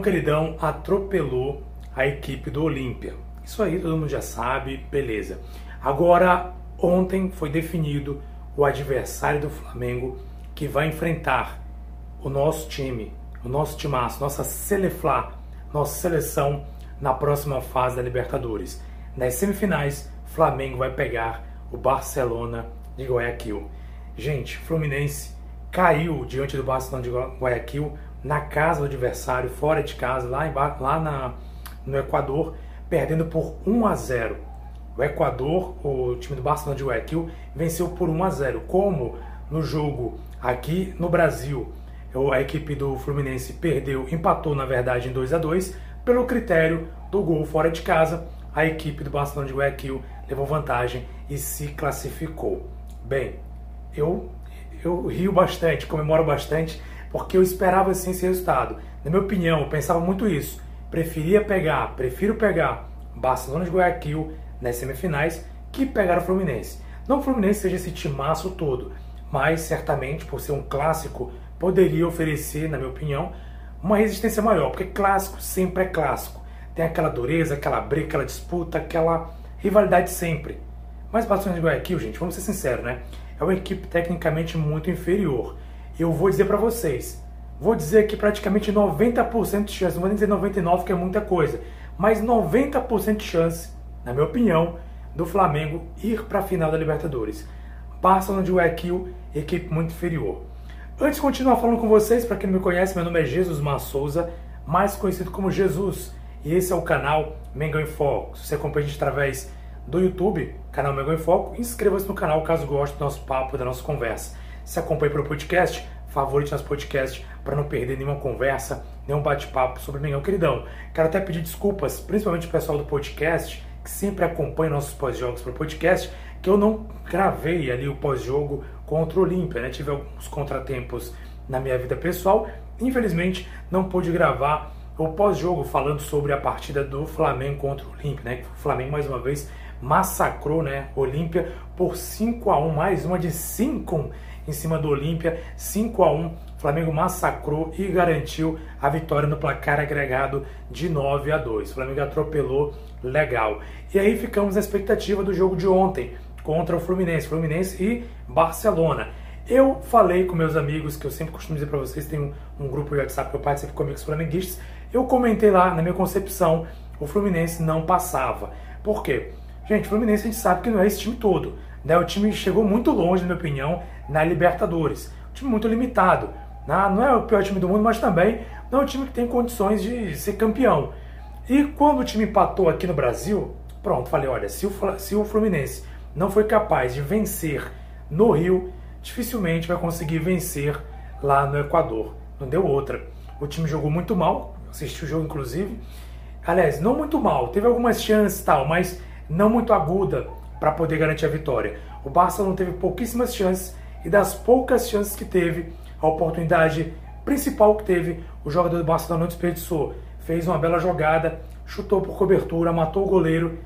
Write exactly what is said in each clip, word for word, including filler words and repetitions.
queridão atropelou a equipe do Olímpia. Isso aí todo mundo já sabe, beleza. Agora, ontem foi definido o adversário do Flamengo que vai enfrentar o nosso time, o nosso timaço, nossa Seleflá, nossa seleção na próxima fase da Libertadores. Nas semifinais, Flamengo vai pegar o Barcelona de Guayaquil. Gente, Fluminense caiu diante do Barcelona de Guayaquil na casa do adversário, fora de casa, lá, em, lá na, no Equador, perdendo por um a zero. O Equador, o time do Barcelona de Guayaquil, venceu por um a zero. Como no jogo aqui no Brasil, a equipe do Fluminense perdeu, empatou na verdade em dois a dois, pelo critério do gol fora de casa, a equipe do Barcelona de Guayaquil levou vantagem e se classificou. Bem, eu, eu rio bastante, comemoro bastante, porque eu esperava assim esse resultado. Na minha opinião, eu pensava muito isso. Preferia pegar, prefiro pegar Barcelona de Guayaquil nas semifinais que pegar o Fluminense. Não que o Fluminense seja esse timaço todo, mas certamente, por ser um clássico, poderia oferecer, na minha opinião, uma resistência maior, porque clássico sempre é clássico. Tem aquela dureza, aquela briga, aquela disputa, aquela rivalidade sempre. Mas o Barcelona de Guayaquil, gente, vamos ser sinceros, né? É uma equipe tecnicamente muito inferior. Eu vou dizer para vocês, vou dizer que praticamente noventa por cento de chance, não vou nem dizer noventa e nove por cento que é muita coisa, mas noventa por cento de chance, na minha opinião, do Flamengo ir para a final da Libertadores. Barcelona de Guayaquil, equipe muito inferior. Antes de continuar falando com vocês, para quem não me conhece, meu nome é Jesus Mar Souza, mais conhecido como Jesus, e esse é o canal Mengão em Foco. Se você acompanha a gente através do YouTube, canal Mengão em Foco, inscreva-se no canal caso goste do nosso papo, da nossa conversa. Se acompanha pelo podcast, favorite nosso podcast para não perder nenhuma conversa, nenhum bate-papo sobre Mengão. Queridão, quero até pedir desculpas, principalmente o pessoal do podcast, que sempre acompanha nossos pós-jogos pelo podcast, que eu não gravei ali o pós-jogo contra o Olímpia, né? Tive alguns contratempos na minha vida pessoal, infelizmente não pude gravar o pós-jogo falando sobre a partida do Flamengo contra o Olímpia, né? O Flamengo mais uma vez massacrou, né, o Olímpia por cinco a um, mais uma de cinco em cima do Olímpia, cinco a um. O Flamengo massacrou e garantiu a vitória no placar agregado de nove a dois. O Flamengo atropelou legal. E aí ficamos na expectativa do jogo de ontem contra o Fluminense, Fluminense e Barcelona. Eu falei com meus amigos, que eu sempre costumo dizer para vocês, tem um, um grupo de WhatsApp que eu participo com amigos flamenguistas, eu comentei lá, na minha concepção, o Fluminense não passava. Por quê? Gente, o Fluminense a gente sabe que não é esse time todo, né? O time chegou muito longe, na minha opinião, na Libertadores. Um time muito limitado. Não é o pior time do mundo, mas também não é um time que tem condições de ser campeão. E quando o time empatou aqui no Brasil, pronto, falei, olha, se o, se o Fluminense não foi capaz de vencer no Rio, dificilmente vai conseguir vencer lá no Equador. Não deu outra. O time jogou muito mal, assisti o jogo inclusive. Aliás, não muito mal, teve algumas chances e tal, mas não muito aguda para poder garantir a vitória. O Barcelona teve pouquíssimas chances e das poucas chances que teve, a oportunidade principal que teve, o jogador do Barcelona não desperdiçou. Fez uma bela jogada, chutou por cobertura, matou o goleiro,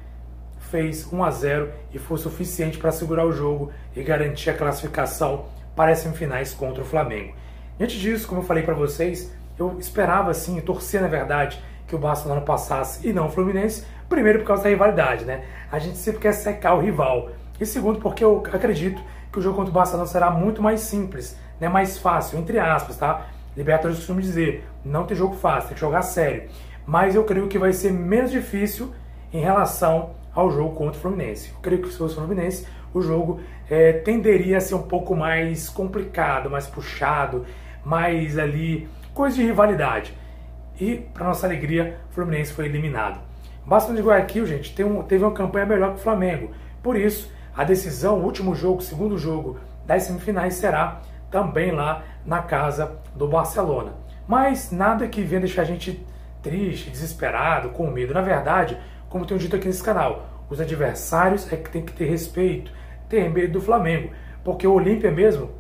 fez um a zero e foi suficiente para segurar o jogo e garantir a classificação para as semifinais contra o Flamengo. Diante disso, como eu falei para vocês, eu esperava sim, torcia na verdade, que o Barcelona passasse e não o Fluminense. Primeiro por causa da rivalidade, né? A gente sempre quer secar o rival. E segundo porque eu acredito que o jogo contra o Barcelona será muito mais simples, né? Mais fácil, entre aspas, tá? Libertadores costuma dizer, não tem jogo fácil, tem que jogar sério. Mas eu creio que vai ser menos difícil em relação ao jogo contra o Fluminense. Eu creio que se fosse o Fluminense, o jogo é, tenderia a ser um pouco mais complicado, mais puxado, mais ali, coisa de rivalidade. E, para nossa alegria, o Fluminense foi eliminado. O Barcelona de Guayaquil, gente, teve, um, teve uma campanha melhor que o Flamengo. Por isso, a decisão, o último jogo, o segundo jogo das semifinais será também lá na casa do Barcelona. Mas nada que venha deixar a gente triste, desesperado, com medo. Na verdade, como tenho dito aqui nesse canal, os adversários é que tem que ter respeito, ter medo do Flamengo. Porque o Olímpia mesmo,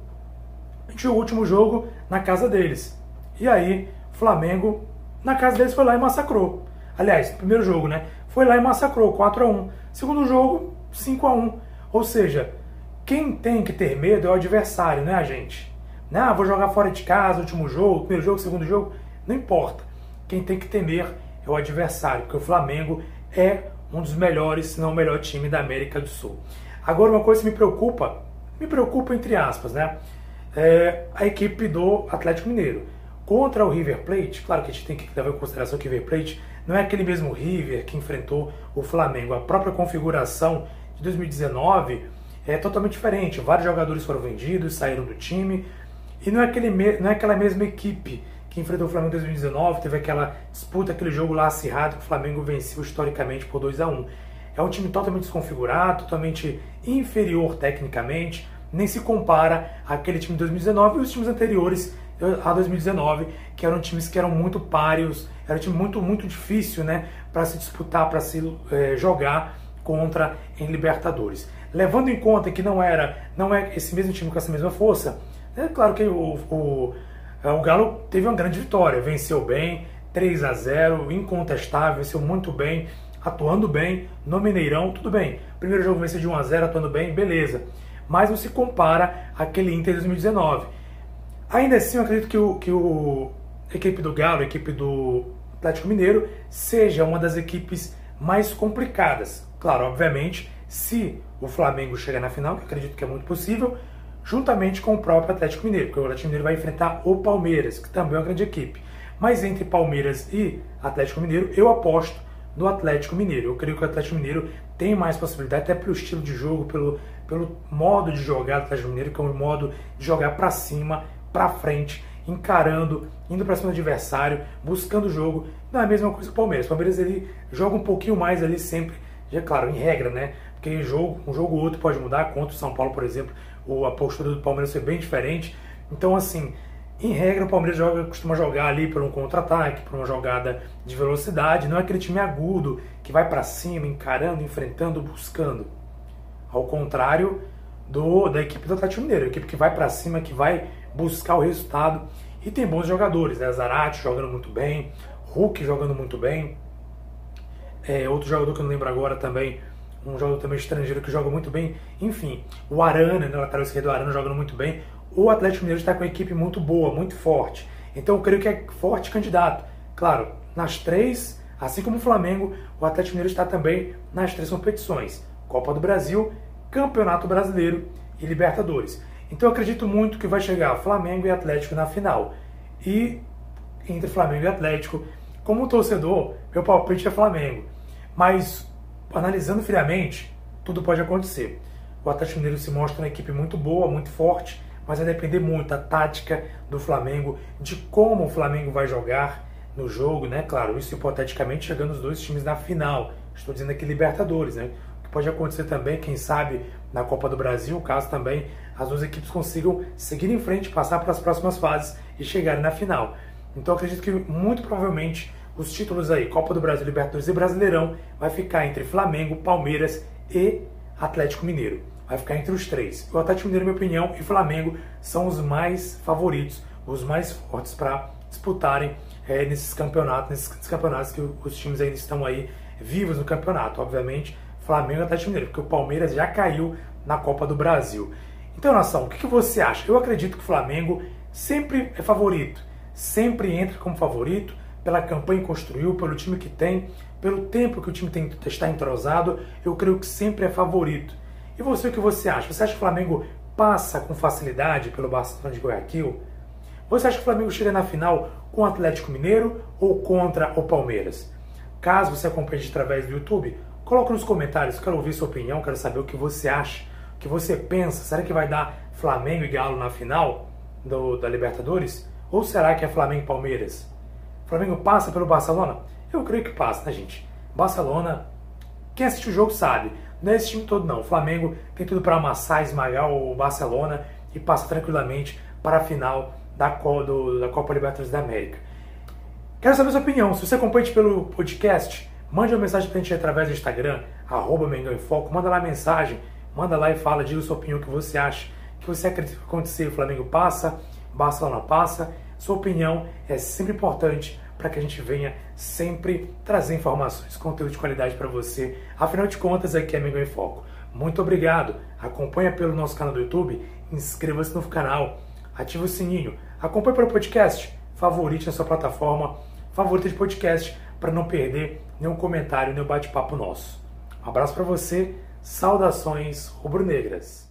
a gente jogou o último jogo na casa deles. E aí, o Flamengo, na casa deles, foi lá e massacrou. Aliás, primeiro jogo, né? Foi lá e massacrou, quatro a um. Segundo jogo, cinco a um. Ou seja, quem tem que ter medo é o adversário, não é a gente. Não, vou jogar fora de casa, último jogo, primeiro jogo, segundo jogo, não importa. quem tem que temer é o adversário, porque o Flamengo é um dos melhores, se não o melhor time da América do Sul. Agora, uma coisa que me preocupa, me preocupa entre aspas, né? É a equipe do Atlético Mineiro. Contra o River Plate, claro que a gente tem que levar em consideração que o River Plate não é aquele mesmo River que enfrentou o Flamengo. A própria configuração de dois mil e dezenove é totalmente diferente. Vários jogadores foram vendidos, saíram do time. E não é, aquele, não é aquela mesma equipe que enfrentou o Flamengo em dois mil e dezenove, teve aquela disputa, aquele jogo lá acirrado que o Flamengo venceu historicamente por dois a um. É um time totalmente desconfigurado, totalmente inferior tecnicamente, nem se compara àquele time de dois mil e dezenove e os times anteriores a dois mil e dezenove, que eram times que eram muito páreos, era um time muito, muito difícil, né, para se disputar, para se é, jogar contra em Libertadores. Levando em conta que não era, não é esse mesmo time com essa mesma força, é claro que o, o, o Galo teve uma grande vitória, venceu bem, três a zero, incontestável, venceu muito bem, atuando bem, no Mineirão, tudo bem. Primeiro jogo venceu de um a zero, atuando bem, beleza. Mas não se compara àquele Inter de dois mil e dezenove. Ainda assim, eu acredito que, o, que o, a equipe do Galo, a equipe do Atlético Mineiro, seja uma das equipes mais complicadas. Claro, obviamente, se o Flamengo chegar na final, que eu acredito que é muito possível, juntamente com o próprio Atlético Mineiro, porque o Atlético Mineiro vai enfrentar o Palmeiras, que também é uma grande equipe. Mas entre Palmeiras e Atlético Mineiro, eu aposto no Atlético Mineiro. Eu creio que o Atlético Mineiro tem mais possibilidade, até pelo estilo de jogo, pelo, pelo modo de jogar do Atlético Mineiro, que é um modo de jogar para cima, para frente, encarando, indo para cima do adversário, buscando o jogo. Não é a mesma coisa que o Palmeiras. O Palmeiras ele joga um pouquinho mais ali sempre, já claro, em regra, né? Porque em jogo, um jogo ou outro pode mudar. Contra o São Paulo, por exemplo, a postura do Palmeiras foi bem diferente. Então, assim, em regra, o Palmeiras joga, costuma jogar ali por um contra-ataque, por uma jogada de velocidade. Não é aquele time agudo que vai para cima, encarando, enfrentando, buscando. Ao contrário do, da equipe do Atlético Mineiro, a equipe que vai para cima, que vai buscar o resultado. E tem bons jogadores, né? Zarate jogando muito bem, Hulk jogando muito bem. É, outro jogador que eu não lembro agora também, um jogador também estrangeiro que joga muito bem. Enfim, o Arana, né, lateral esquerdo, o Arana jogando muito bem. O Atlético Mineiro está com uma equipe muito boa, muito forte. Então eu creio que é forte candidato. Claro, nas três, assim como o Flamengo, o Atlético Mineiro está também nas três competições. Copa do Brasil, Campeonato Brasileiro e Libertadores. Então eu acredito muito que vai chegar Flamengo e Atlético na final. E entre Flamengo e Atlético, como torcedor, meu palpite é Flamengo. Mas, analisando friamente, tudo pode acontecer. O Atlético Mineiro se mostra uma equipe muito boa, muito forte, mas vai depender muito da tática do Flamengo, de como o Flamengo vai jogar no jogo, né? Claro, isso hipoteticamente chegando os dois times na final. Estou dizendo aqui Libertadores, né? O que pode acontecer também, quem sabe, na Copa do Brasil, caso também as duas equipes consigam seguir em frente, passar para as próximas fases e chegarem na final. Então eu acredito que muito provavelmente os títulos aí, Copa do Brasil, Libertadores e Brasileirão, vai ficar entre Flamengo, Palmeiras e Atlético Mineiro. Vai ficar entre os três. O Atlético Mineiro, na minha opinião, e Flamengo são os mais favoritos, os mais fortes para disputarem é, nesses campeonatos, nesses campeonatos que os times ainda estão aí vivos no campeonato. Obviamente, Flamengo e Atlético Mineiro, porque o Palmeiras já caiu na Copa do Brasil. Então, nação, o que você acha? Eu acredito que o Flamengo sempre é favorito, sempre entra como favorito, pela campanha que construiu, pelo time que tem, pelo tempo que o time tem, está entrosado, eu creio que sempre é favorito. E você, o que você acha? Você acha que o Flamengo passa com facilidade pelo Barcelona de Guayaquil? Você acha que o Flamengo chega na final com o Atlético Mineiro ou contra o Palmeiras? Caso você acompanhe através do YouTube, coloque nos comentários, quero ouvir sua opinião, quero saber o que você acha, o que você pensa. Será que vai dar Flamengo e Galo na final do, da Libertadores? Ou será que é Flamengo e Palmeiras? O Flamengo passa pelo Barcelona? Eu creio que passa, né, gente? Barcelona, quem assiste o jogo sabe, não é esse time todo não. O Flamengo tem tudo para amassar, esmagar o Barcelona e passa tranquilamente para a final da, do, da Copa Libertadores da América. Quero saber a sua opinião. Se você acompanha pelo podcast, mande uma mensagem para a gente através do Instagram, arroba Mengão em Foco, manda lá a mensagem, manda lá e fala, diga a sua opinião, o que você acha, o que você acredita que vai acontecer. O Flamengo passa, Barcelona passa. Sua opinião é sempre importante para que a gente venha sempre trazer informações, conteúdo de qualidade para você. Afinal de contas, aqui é Mengão em Foco. Muito obrigado. Acompanha pelo nosso canal do YouTube, inscreva-se no canal, ative o sininho, acompanhe pelo podcast, favorite a sua plataforma favorita de podcast para não perder nenhum comentário, nenhum bate-papo nosso. Um abraço para você, saudações rubro-negras.